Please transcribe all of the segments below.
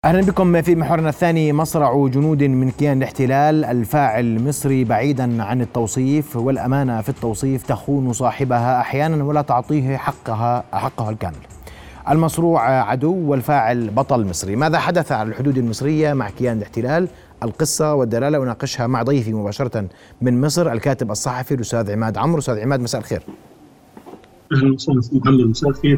أهلا بكم في محورنا الثاني. مصرع جنود من كيان الاحتلال، الفاعل مصري بعيدا عن التوصيف، والأمانة في التوصيف تخون صاحبها أحيانا ولا تعطيه حقه الكامل. المصروع عدو والفاعل بطل مصري. ماذا حدث على الحدود المصرية مع كيان الاحتلال؟ القصة والدلالة أناقشها مع ضيفي مباشرة من مصر، الكاتب الصحفي الأستاذ عماد عمرو. أستاذ عماد، مساء الخير. أهلا وسهلا محمد، مساء الخير.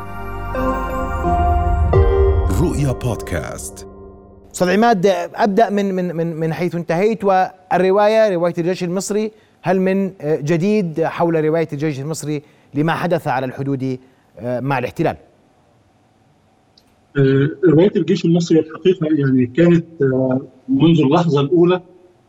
رؤيا بودكاست. أستاذ عماد، أبدأ من حيث انتهيت، والرواية رواية الجيش المصري، هل من جديد حول رواية الجيش المصري لما حدث على الحدود مع الاحتلال؟ رواية الجيش المصري الحقيقة يعني كانت منذ اللحظة الأولى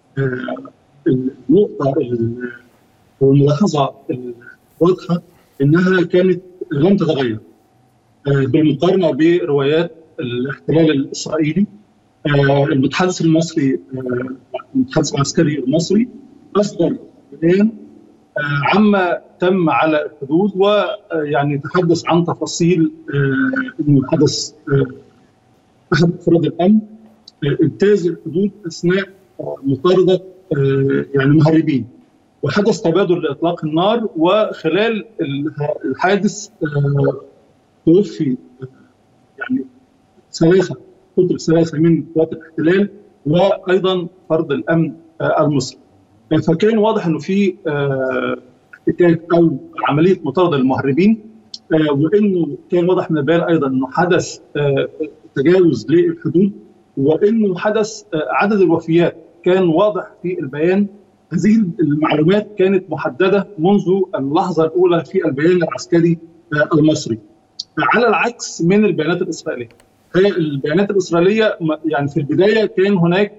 النقطة والملاحظة الواضحة أنها كانت لم تتغير بالمقارنة بروايات الاحتلال الإسرائيلي. المتحدث المصري، المتحدث العسكري المصري أصدر بيان عما تم على الحدود، ويعني تحدث عن تفاصيل انه حدث احد افراد الامن اجتاز الحدود اثناء مطارده يعني مهربين، وحدث تبادل لاطلاق النار، وخلال الحادث توفي يعني ثلاثه من قوات الاحتلال وايضا فرد الامن المصري. فكان واضح انه في احتكاك او عمليه مطارده للمهربين، وانه كان واضح من البيان ايضا انه حدث تجاوز للحدود، وانه حدث عدد الوفيات كان واضح في البيان. هذه المعلومات كانت محدده منذ اللحظه الاولى في البيان العسكري المصري، على العكس من البيانات الاسرائيليه. البيانات الاسرائيليه يعني في البدايه كان هناك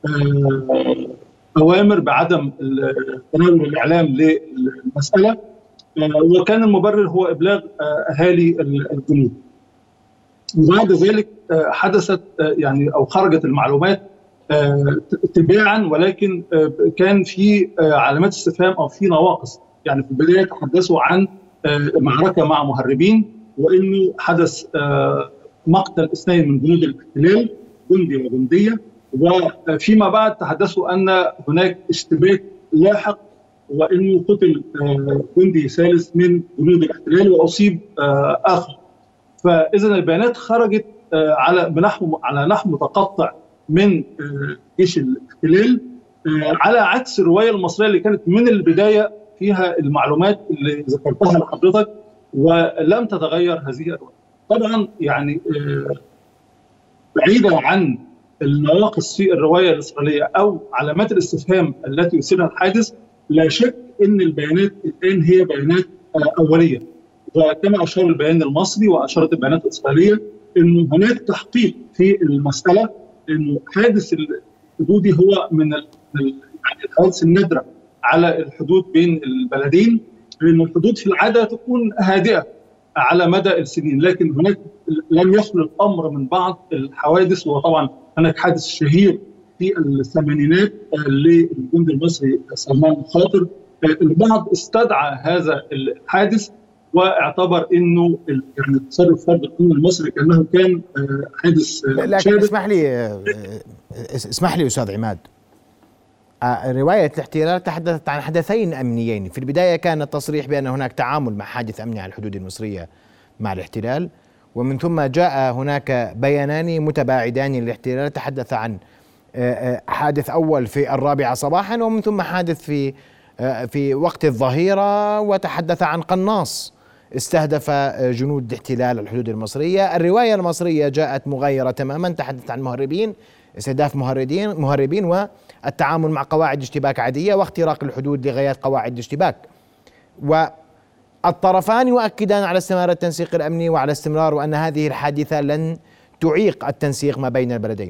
أوامر بعدم تناول الإعلام للمسألة، وكان المبرر هو إبلاغ أهالي الجنود. وبعد ذلك حدثت يعني أو خرجت المعلومات تباعا، ولكن كان في علامات استفهام أو في نواقص. يعني في البداية تحدثوا عن معركة مع مهربين، وإنه حدث مقتل 2 من جنود الاحتلال، جندي وجندية، وفيما بعد تحدثوا أن هناك اشتباك لاحق، وأنه قتل جندي ثالث من جنود الاحتلال وأصيب آخر. فإذا البيانات خرجت على نحو متقطع من جيش الاحتلال، على عكس الرواية المصرية اللي كانت من البداية فيها المعلومات اللي ذكرتها لحضرتك ولم تتغير هذه الرواية. طبعا يعني بعيدا عن النواقص في الرواية الإسرائيلية أو علامات الاستفهام التي يثيرها الحادث، لا شك أن البيانات الآن هي بيانات أولية، وكما أشار البيان المصري وأشارت البيانات الإسرائيلية أنه هناك تحقيق في المسألة، أنه حادث الحدودي هو من الحوادث النادرة على الحدود بين البلدين، لأن الحدود في العادة تكون هادئة على مدى السنين، لكن هناك لم يخلو الأمر من بعض الحوادث. وطبعا هناك حادث شهير في الثمانينات للجندي المصري سلمان خاطر. البعض استدعى هذا الحادث واعتبر انه يعني تصرف فرد الامن المصري كانه كان حادث. لكن اسمح لي استاذ عماد، رواية الاحتلال تحدثت عن حدثين أمنيين. في البداية كان التصريح بأن هناك تعامل مع حادث أمني على الحدود المصرية مع الاحتلال، ومن ثم جاء هناك بيانان متباعدان للاحتلال تحدث عن حادث أول في 4 صباحا، ومن ثم حادث في وقت الظهيرة، وتحدث عن قناص استهدف جنود الاحتلال الحدود المصرية. الرواية المصرية جاءت مغايرة تماما، تحدث عن مهربين، استهداف مهربين والتعامل مع قواعد اشتباك عادية واختراق الحدود لغاية قواعد الاشتباك، والطرفان يؤكدان على استمرار التنسيق الأمني وعلى استمرار، وأن هذه الحادثة لن تعيق التنسيق ما بين البلدين.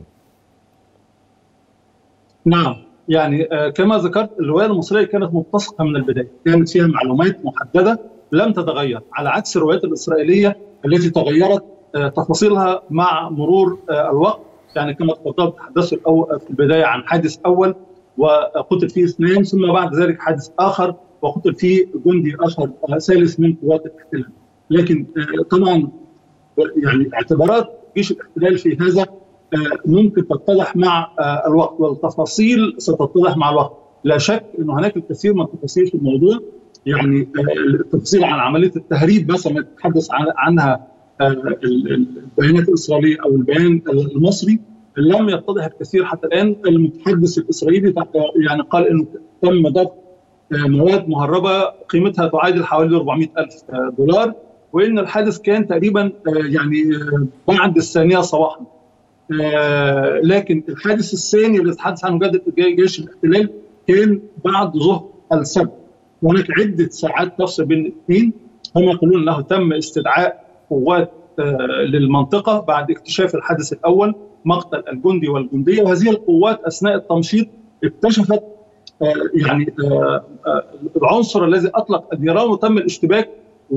نعم، يعني كما ذكرت الرواية المصرية كانت متسقة من البداية، كانت فيها معلومات محددة لم تتغير، على عكس الروايات الإسرائيلية التي تغيرت تفاصيلها مع مرور الوقت. يعني كما تفضلت تحدثوا في البداية عن حادث أول وقتل فيه 2، ثم بعد ذلك حادث آخر وقتل فيه جندي آخر ثالث من قوات الاحتلال. لكن طبعا يعني اعتبارات جيش الاحتلال في هذا ممكن تتضح مع الوقت، والتفاصيل ستتضح مع الوقت. لا شك أن هناك الكثير من التفاصيل في الموضوع، يعني التفصيل عن عملية التهريب مثلا يتحدث عنها البيانات الإسرائيلية أو البيان المصري، لم يتضح الكثير حتى الآن. المتحدث الإسرائيلي يعني قال أنه تم ضبط مواد مهربة قيمتها تعادل حوالي 400,000 دولار، وإن الحادث كان تقريبا يعني بعد 2 صباحا. لكن الحادث الثاني اللي تحدث عنه جيش الاحتلال كان بعد ظهر السبت. هناك عدة ساعات تفصل بين الاثنين. هم يقولون أنه تم استدعاء قوات للمنطقة بعد اكتشاف الحادث الأول، مقتل الجندي والجندية، وهذه القوات أثناء التمشيط اكتشفت يعني العنصر الذي أطلق النيران وتم الاشتباك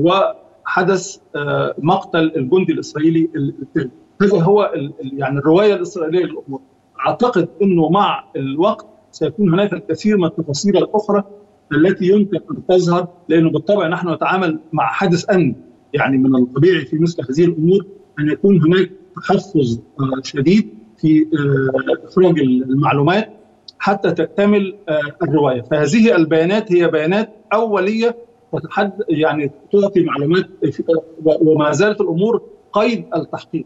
وحدث مقتل الجندي الإسرائيلي الثاني. هذا هو يعني الرواية الإسرائيلية للأمور. أعتقد أنه مع الوقت سيكون هناك الكثير من التفاصيل الأخرى التي يمكن أن تظهر، لأنه بالطبع نحن نتعامل مع حادث أمني. يعني من الطبيعي في مثل هذه الأمور أن يكون هناك تحفظ شديد في إخراج المعلومات حتى تكتمل الرواية. فهذه البيانات هي بيانات أولية يعني تعطي معلومات، وما زالت الأمور قيد التحقيق.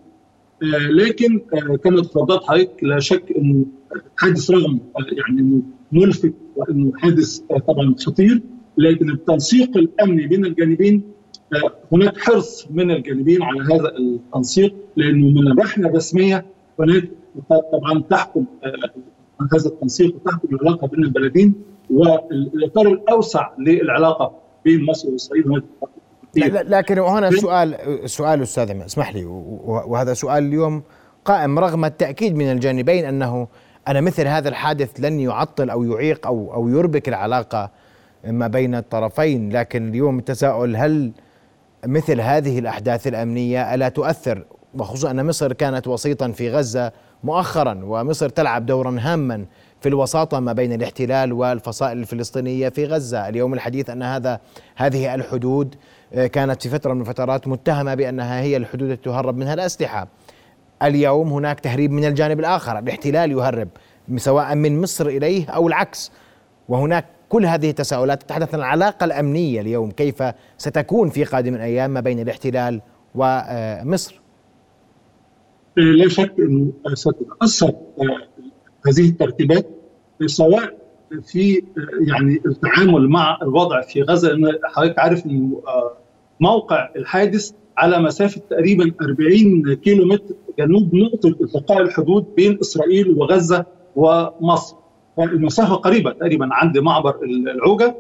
لكن كما تفضلت حضرتك، لا شك أنه حادث رغم يعني أنه ملفت وأنه حادث طبعا خطير، لكن التنسيق الأمني بين الجانبين هناك حرص من الجانبين على هذا التنسيق، لأنه من الرحلة الرسمية هناك طبعا تحكم هذا التنسيق وتحكم العلاقة بين البلدين، والإطار الأوسع للعلاقة بين مصر وإسرائيل هناك. لكن هنا سؤال أستاذ اسمح لي، وهذا سؤال اليوم قائم رغم التأكيد من الجانبين أن مثل هذا الحادث لن يعطل أو يعيق أو يربك العلاقة ما بين الطرفين. لكن اليوم التساؤل، هل مثل هذه الأحداث الأمنية ألا تؤثر، وخصوصا أن مصر كانت وسيطا في غزة مؤخرا، ومصر تلعب دورا هاما في الوساطة ما بين الاحتلال والفصائل الفلسطينية في غزة. اليوم الحديث أن هذه الحدود كانت في فترة من الفترات متهمة بأنها هي الحدود التي تهرب منها الأسلحة. اليوم هناك تهريب من الجانب الآخر، الاحتلال يهرب سواء من مصر إليه أو العكس. وهناك كل هذه التساؤلات تتحدث عن العلاقة الأمنية اليوم كيف ستكون في قادم الأيام ما بين الاحتلال ومصر. لا شك أنه ستتأثر هذه الترتيبات سواء في يعني التعامل مع الوضع في غزة. لأن حضرتك عارف أنه موقع الحادث على مسافة تقريبا 40 كيلو متر جنوب نقطة التقاء الحدود بين إسرائيل وغزة ومصر. المسافة قريبة تقريبا عند معبر العوجة.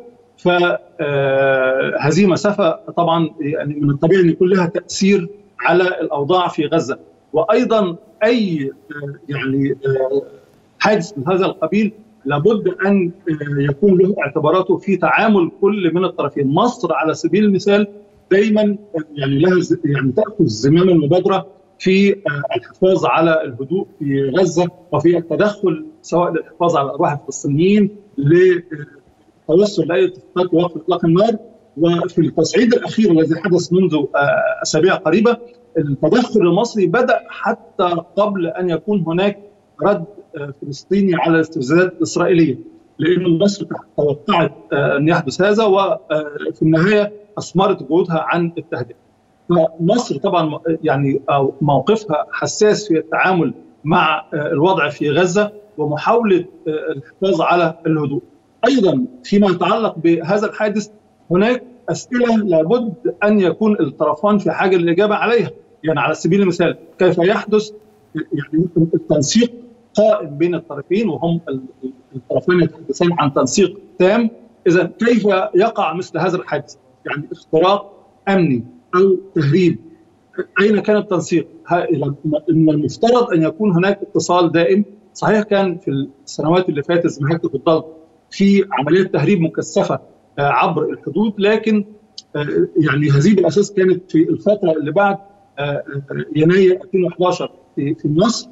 فهذه مسافة طبعا يعني من الطبيعي أن يكون لها تأثير على الأوضاع في غزة. وأيضا أي يعني حادث من هذا القبيل لابد أن يكون له اعتباراته في تعامل كل من الطرفين. مصر على سبيل المثال دائما يعني لها يعني تأخذ زمام المبادرة في الحفاظ على الهدوء في غزة، وفي التدخل سواء للحفاظ على أرواح الفلسطينيين، للتوصل لأي اتفاقات وقف إطلاق النار. وفي التصعيد الأخير الذي حدث منذ أسابيع قريبة، التدخل المصري بدأ حتى قبل أن يكون هناك رد فلسطيني على الاستفزازات الإسرائيلية، لأن مصر توقعت أن يحدث هذا، وفي النهاية أثمرت جهودها عن التهدئة. مصر طبعا يعني موقفها حساس في التعامل مع الوضع في غزة ومحاولة الحفاظ على الهدوء. أيضا فيما يتعلق بهذا الحادث هناك أسئلة لابد أن يكون الطرفان في حاجة للإجابة عليها. يعني على سبيل المثال كيف يحدث يعني التنسيق قائم بين الطرفين وهم الطرفين يتحدثان عن تنسيق تام. إذا كيف يقع مثل هذا الحادث، يعني اختراق أمني أو تهريب، أين كان التنسيق؟ من المفترض أن يكون هناك اتصال دائم. صحيح كان في السنوات اللي فاتت زي ما حضرتك تفضلت في عمليات تهريب مكثفة عبر الحدود، لكن يعني هذه بالأساس كانت في الفترة اللي بعد يناير 2011 في مصر.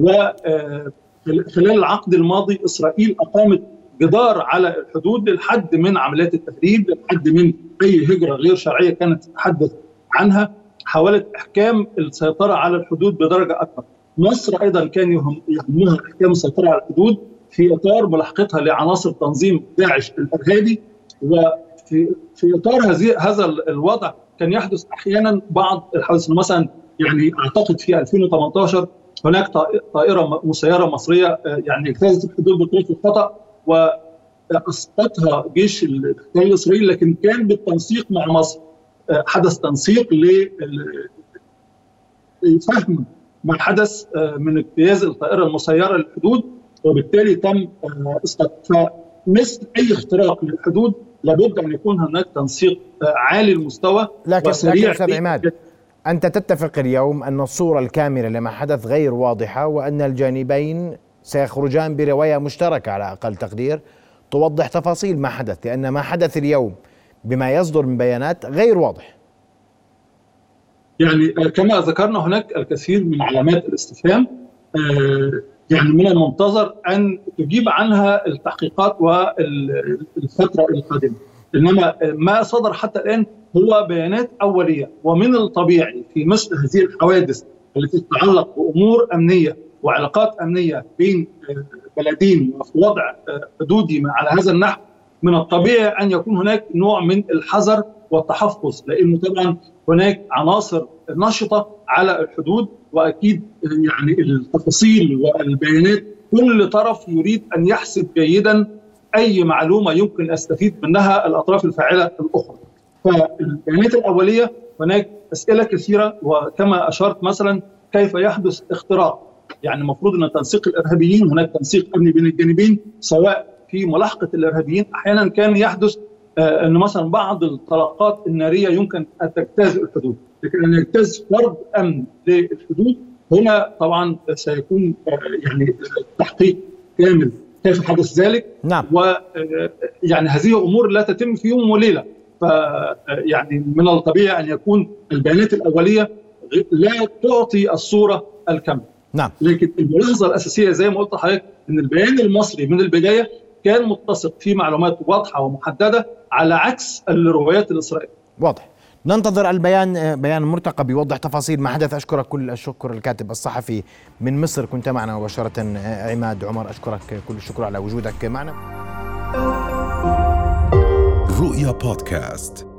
وخلال العقد الماضي إسرائيل أقامت جدار على الحدود للحد من عمليات التهريب، للحد من أي هجرة غير شرعية كانت تتحدث عنها. حاولت إحكام السيطرة على الحدود بدرجة أكبر. مصر أيضا كان يهمها إحكام السيطرة على الحدود في إطار ملاحقتها لعناصر تنظيم داعش الإرهابي. وفي إطار هذا الوضع كان يحدث أحيانا بعض الحوادث. مثلا يعني أعتقد في 2018 هناك طائرة مسيرة مصرية يعني اجتازت الحدود بطريقة الخطأ وأسقطها جيش الاحتلال الإسرائيلي، لكن كان بالتنسيق مع مصر. حدث تنسيق لفهم ما حدث من اجتياز الطائرة المسيرة للحدود، وبالتالي تم اسقاط. فمثل أي اختراق للحدود لابد أن يكون هناك تنسيق عالي المستوى وسريع. لكن عماد، أنت تتفق اليوم أن الصورة الكاملة لما حدث غير واضحة، وأن الجانبين سيخرجان برواية مشتركة على أقل تقدير توضح تفاصيل ما حدث، لأن ما حدث اليوم بما يصدر من بيانات غير واضح. يعني كما ذكرنا هناك الكثير من علامات الاستفهام، يعني من المنتظر أن تجيب عنها التحقيقات والفترة القادمة. إنما ما صدر حتى الآن هو بيانات أولية، ومن الطبيعي في مثل هذه الحوادث التي تتعلق بأمور أمنية وعلاقات أمنية بين بلدين وفي وضع حدودي على هذا النحو، من الطبيعي أن يكون هناك نوع من الحذر والتحفظ، لأنه طبعا هناك عناصر نشطة على الحدود، وأكيد يعني التفاصيل والبيانات كل طرف يريد أن يحسب جيدا أي معلومة يمكن أستفيد منها الأطراف الفاعلة الأخرى. فالبيانات الأولية هناك أسئلة كثيرة، وكما أشرت مثلا كيف يحدث اختراق؟ يعني المفروض أن تنسيق الإرهابيين، هناك تنسيق أمني بين الجانبين سواء في ملاحقة الإرهابيين. أحيانا كان يحدث أن مثلا بعض الطلقات النارية يمكن أن تجتاز الحدود، لكن أن يجتاز فرد أمن للحدود هنا طبعا سيكون يعني تحقيق كامل كيف حدث ذلك. نعم. ويعني هذه أمور لا تتم في يوم وليلة، فيعني من الطبيعي أن يكون البيانات الأولية لا تعطي الصورة الكاملة. نعم. لكن الملاحظة الأساسية زي ما قلت لحضرتك أن البيان المصري من البداية كان متسق في معلومات واضحة ومحددة، على عكس الروايات الإسرائيلية. واضح. ننتظر البيان، بيان مرتقى بيوضح تفاصيل ما حدث. أشكرك كل الشكر الكاتب الصحفي من مصر، كنت معنا مباشرة عماد عمر. أشكرك كل الشكر على وجودك معنا. رؤيا بودكاست.